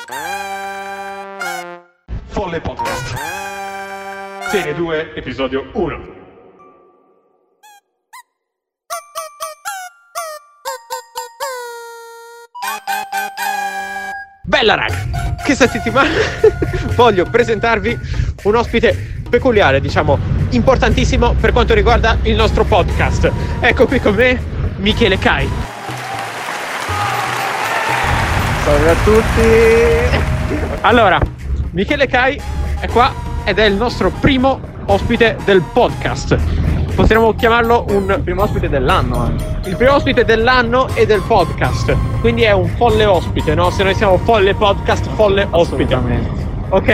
Folle Podcast, serie 2, episodio 1. Bella raga, questa settimana voglio presentarvi un ospite peculiare, diciamo importantissimo per quanto riguarda il nostro podcast. Ecco qui con me Michele Kai. Salve a tutti. Allora, Michele Kai è qua ed è il nostro primo ospite del podcast. Potremmo chiamarlo un Primo ospite dell'anno anche. il primo ospite dell'anno e del podcast. Quindi è un folle ospite, no? Se noi siamo folle podcast, folle ospite. Assolutamente.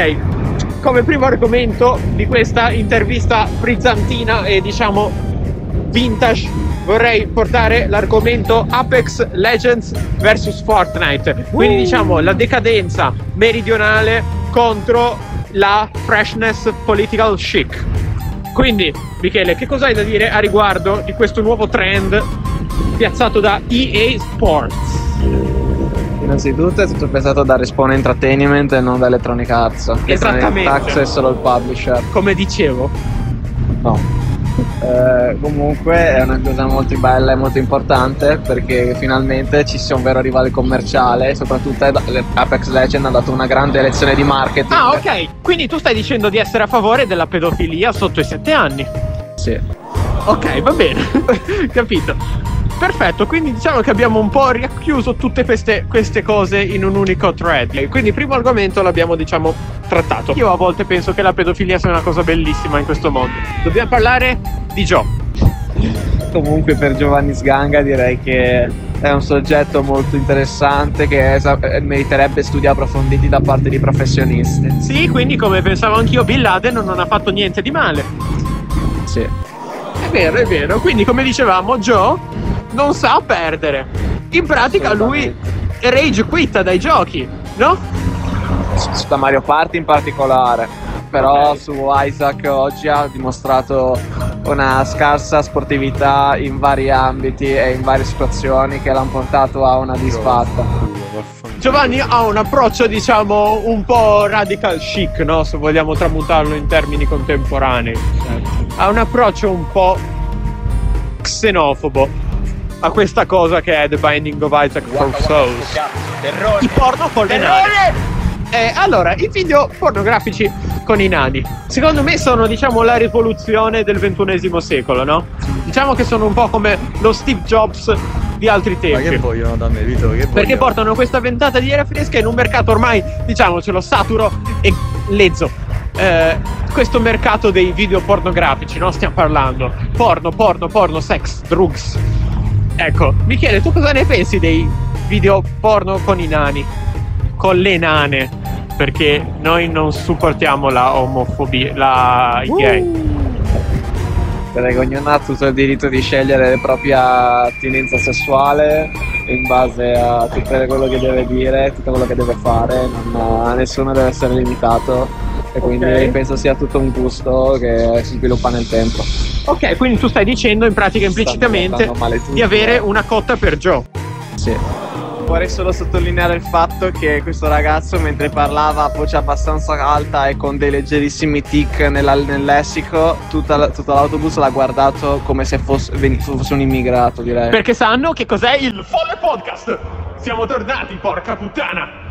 Ok, come primo argomento di questa intervista frizzantina e diciamo vintage, vorrei portare l'argomento Apex Legends vs Fortnite. Quindi diciamo la decadenza meridionale contro la freshness political chic. Quindi, Michele, che cosa hai da dire a riguardo di questo nuovo trend piazzato da EA Sports? Innanzitutto è tutto pensato da Respawn Entertainment e non da Electronic Arts. Esattamente. Electronic Arts è solo il publisher. Come dicevo. No. Comunque è una cosa molto bella e molto importante perché finalmente ci sia un vero rivale commerciale. Soprattutto Apex Legends ha dato una grande lezione di marketing. Ah, ok. Quindi tu stai dicendo di essere a favore della pedofilia sotto i 7 anni. Sì. Ok, va bene. Capito. Perfetto, quindi diciamo che abbiamo un po' racchiuso tutte queste cose in un unico thread. Quindi il primo argomento l'abbiamo, diciamo, trattato. Io a volte penso che la pedofilia sia una cosa bellissima in questo mondo. Dobbiamo parlare di Joe. Comunque per Giovanni Sganga direi che è un soggetto molto interessante che meriterebbe studi approfonditi da parte di professionisti. Sì, quindi come pensavo anch'io, Bin Laden non ha fatto niente di male. Sì. È vero, è vero. Quindi come dicevamo, Joe non sa perdere. In pratica lui rage quitta dai giochi, no? Da Mario Party in particolare. Però Ok. su Isaac oggi ha dimostrato una scarsa sportività in vari ambiti e in varie situazioni che l'hanno portato a una disfatta. Giovanni ha un approccio, diciamo, un po' radical chic, no? Se vogliamo tramutarlo in termini contemporanei. Ha un approccio un po' xenofobo a questa cosa che è The Binding of Isaac for Souls. I porno con le nani. Allora, i video pornografici con i nani, secondo me sono, diciamo, la rivoluzione del XXI secolo, no? Diciamo che sono un po' come lo Steve Jobs di altri tempi. Ma che vogliono da me, Vito? Che Perché vogliono? portano questa ventata di aria fresca in un mercato ormai, diciamocelo, saturo e lezzo. Questo mercato dei video pornografici, no? Stiamo parlando porno, sex, drugs. Ecco, Michele, tu cosa ne pensi dei video porno con i nani? Con le nane? Perché noi non supportiamo la omofobia, i gay. Direi che ognuno ha tutto il diritto di scegliere la propria attinenza sessuale in base a tutto quello che deve dire, tutto quello che deve fare, nessuno deve essere limitato. E quindi Ok. penso sia tutto un gusto che si sviluppa nel tempo. Ok, quindi tu stai dicendo in pratica implicitamente Stanno male tutti, di avere una cotta per Joe. Sì. Vorrei solo sottolineare il fatto che questo ragazzo, mentre parlava a voce abbastanza alta e con dei leggerissimi tic nel lessico, tutto l'autobus l'ha guardato come se fosse un immigrato, direi. Perché sanno che cos'è il Folle Podcast. Siamo tornati, porca puttana.